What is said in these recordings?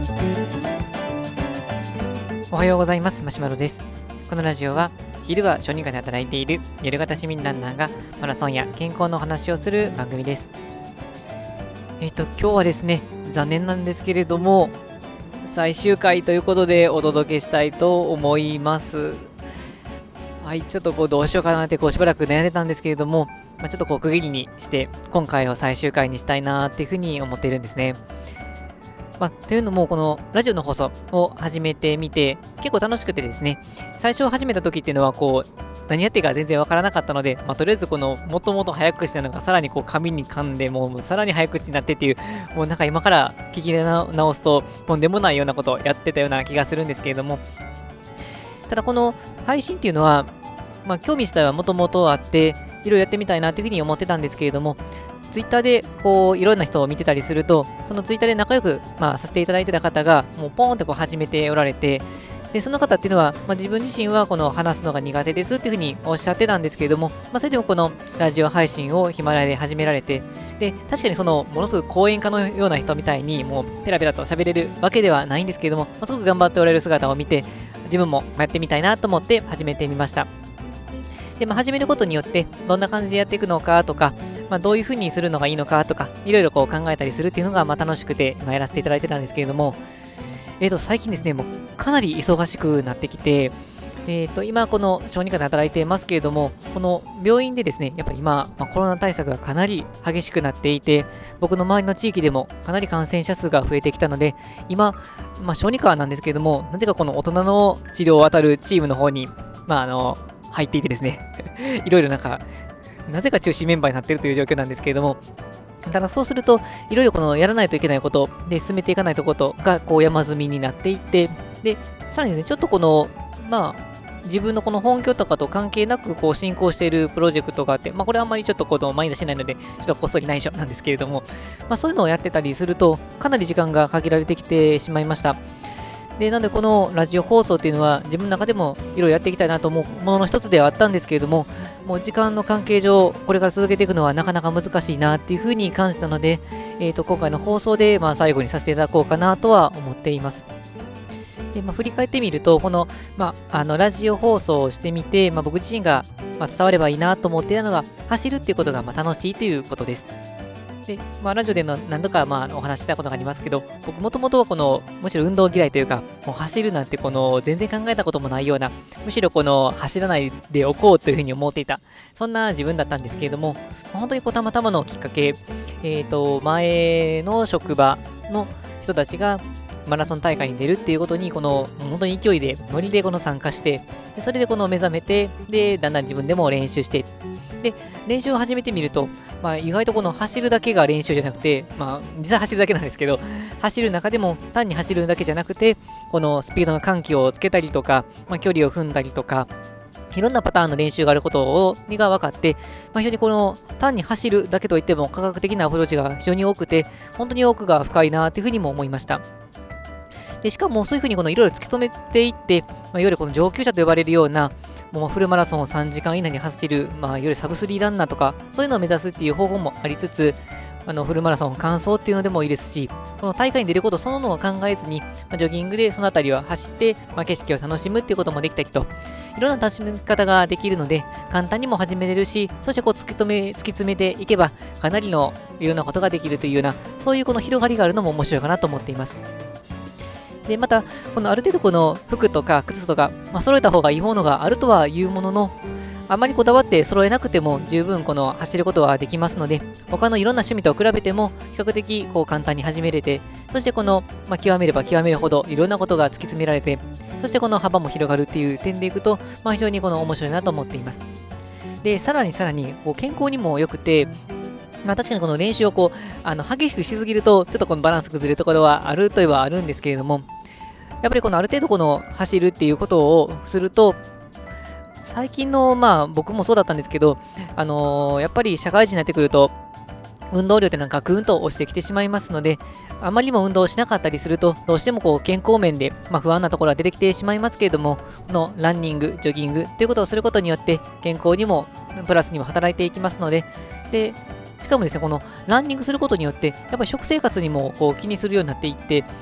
おはようございます。マシュマロです。このラジオは昼は小児科で働いている夜型市民ランナーがマラソンや健康の話をする番組です。今日はですね、残念なんですけれども最終回ということでお届けしたいと思います。はい、ちょっとどうしようかなってしばらく悩んでたんですけれども、ちょっと区切りにして今回を最終回にしたいなっていうふうに思っているんですね。というのも、このラジオの放送を始めてみて、結構楽しくてですね、最初始めた時っていうのは、何やっていいか全然わからなかったので、とりあえずもともと早口なのがさらに紙に噛んで、もうさらに早口になってっていう、もうなんか今から聞き直すと、とんでもないようなことをやってたような気がするんですけれども、ただこの配信っていうのは、興味自体はもともとあって、いろいろやってみたいなというふうに思ってたんですけれども、ツイッターでいろんな人を見てたりすると、そのツイッターで仲良く、させていただいてた方が、もうポーンって始めておられて、で、その方っていうのは、自分自身は話すのが苦手ですっていうふうにおっしゃってたんですけれども、それでもこのラジオ配信をヒマラヤで始められて、で、確かにものすごく講演家のような人みたいに、もうペラペラと喋れるわけではないんですけれども、すごく頑張っておられる姿を見て、自分もやってみたいなと思って始めてみました。で、始めることによって、どんな感じでやっていくのかとか、どういう風にするのがいいのかとか、いろいろ考えたりするっていうのが楽しくて、今やらせていただいてたんですけれども、最近ですね、もうかなり忙しくなってきて、今この小児科で働いてますけれども、この病院でですね、やっぱり今、コロナ対策がかなり激しくなっていて、僕の周りの地域でもかなり感染者数が増えてきたので、今、小児科なんですけれども、なぜかこの大人の治療を当たるチームの方に、入っていてですね、いろいろなぜか中心メンバーになっているという状況なんですけれども、ただそうすると、いろいろやらないといけないことで進めていかないとことが山積みになっていって、で、さらにですね、ちょっと自分の本業とかと関係なく進行しているプロジェクトがあって、これはあんまりちょっと前に出しないので、ちょっとこっそり内緒なんですけれども、そういうのをやってたりすると、かなり時間が限られてきてしまいました。で、なのでこのラジオ放送っていうのは自分の中でもいろいろやっていきたいなと思うものの一つではあったんですけれども、もう時間の関係上、これから続けていくのはなかなか難しいなっていうふうに感じたので、今回の放送で最後にさせていただこうかなとは思っています。で、振り返ってみると、この、ラジオ放送をしてみて、僕自身が、伝わればいいなと思っていたのが、走るっていうことが楽しいということです。で、ラジオで何度かお話ししたことがありますけど、僕もともとはむしろ運動嫌いというか、もう走るなんて全然考えたこともないような、むしろ走らないでおこうというふうに思っていた、そんな自分だったんですけれども、本当にたまたまのきっかけ、前の職場の人たちが、マラソン大会に出るっていうことに、本当に勢いで、ノリで参加して、でそれで目覚めて、で、だんだん自分でも練習して、で、練習を始めてみると、意外と走るだけが練習じゃなくて、実際走るだけなんですけど、走る中でも単に走るだけじゃなくて、このスピードの緩急をつけたりとか、距離を踏んだりとか、いろんなパターンの練習があることが分かって、非常に単に走るだけといっても科学的なアプローチが非常に多くて、本当に奥が深いなというふうにも思いました。で、しかもそういうふうにいろいろ突き止めていって、いわゆる上級者と呼ばれるような、もうフルマラソンを3時間以内に走る、いわゆるサブスリーランナーとか、そういうのを目指すっていう方法もありつつ、フルマラソン完走っていうのでもいいですし、この大会に出ることそのものを考えずに、ジョギングでそのあたりは走って、景色を楽しむっていうこともできたりと、いろんな楽しみ方ができるので、簡単にも始めれるし、そして突き詰めていけば、かなりのいろんなことができるというような、そういう広がりがあるのも面白いかなと思っています。で、また、ある程度服とか靴とか、揃えた方がいいものがあるとはいうものの、あまりこだわって揃えなくても十分走ることはできますので、他のいろんな趣味と比べても比較的簡単に始めれて、そして極めれば極めるほどいろんなことが突き詰められて、そして幅も広がるっていう点でいくと、非常に面白いなと思っています。で、さらに健康にも良くて、確かに練習を激しくしすぎると、ちょっとバランス崩れるところはあるといえばあるんですけれども、やっぱりある程度走るっていうことをすると、最近の僕もそうだったんですけど、やっぱり社会人になってくると、運動量ってガクンと落ちてきてしまいますので、あまりにも運動しなかったりすると、どうしても健康面で、不安なところが出てきてしまいますけれども、このランニング、ジョギングということをすることによって、健康にもプラスにも働いていきますので、で、しかもですね、このランニングすることによって、やっぱり食生活にも気にするようになっていって、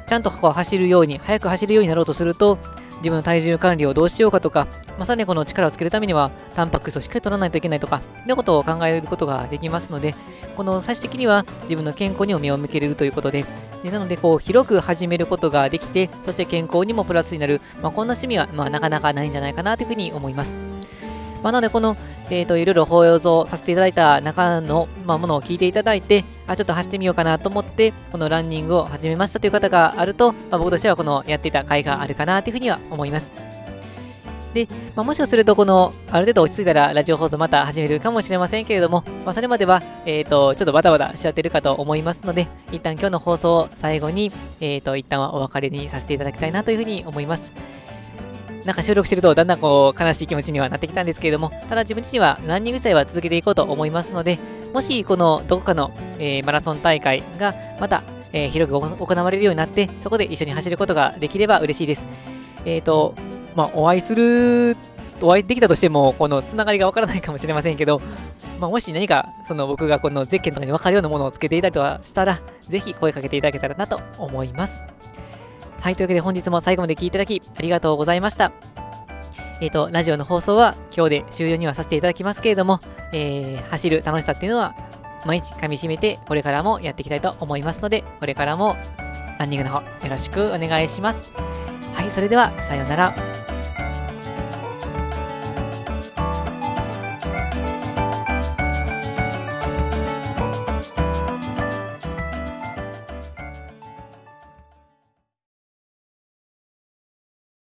ちゃんとこう走るように、速く走るようになろうとすると、自分の体重管理をどうしようかとか、さらにこの力をつけるためには、タンパク質をしっかり取らないといけないとか、いろんなことを考えることができますので、この最終的には自分の健康にも目を向けれるということで、なので、こう、広く始めることができて、そして健康にもプラスになる、こんな趣味は、なかなかないんじゃないかなというふうに思います。なので、この、いろいろ放送させていただいた中の、ものを聞いていただいて、ちょっと走ってみようかなと思って、このランニングを始めましたという方があると、僕としてはこのやっていた甲斐があるかなというふうには思います。で、もしかすると、この、ある程度落ち着いたら、ラジオ放送また始めるかもしれませんけれども、それまでは、ちょっとバタバタしちゃってるかと思いますので、一旦今日の放送を最後に、一旦はお別れにさせていただきたいなというふうに思います。なんか収録してるとだんだんこう悲しい気持ちにはなってきたんですけれども、ただ自分自身はランニング自体は続けていこうと思いますので、もしこのどこかの、マラソン大会がまた、広く行われるようになって、そこで一緒に走ることができれば嬉しいです。お会いできたとしても、このつながりがわからないかもしれませんけど、もし何かその僕がこのゼッケンとかに分かるようなものをつけていたりとかしたら、ぜひ声かけていただけたらなと思います。はい、というわけで本日も最後まで聞いていただきありがとうございました。ラジオの放送は今日で終了にはさせていただきますけれども、走る楽しさっていうのは毎日噛み締めてこれからもやっていきたいと思いますので、これからもランニングの方よろしくお願いします。はい、それではさようなら。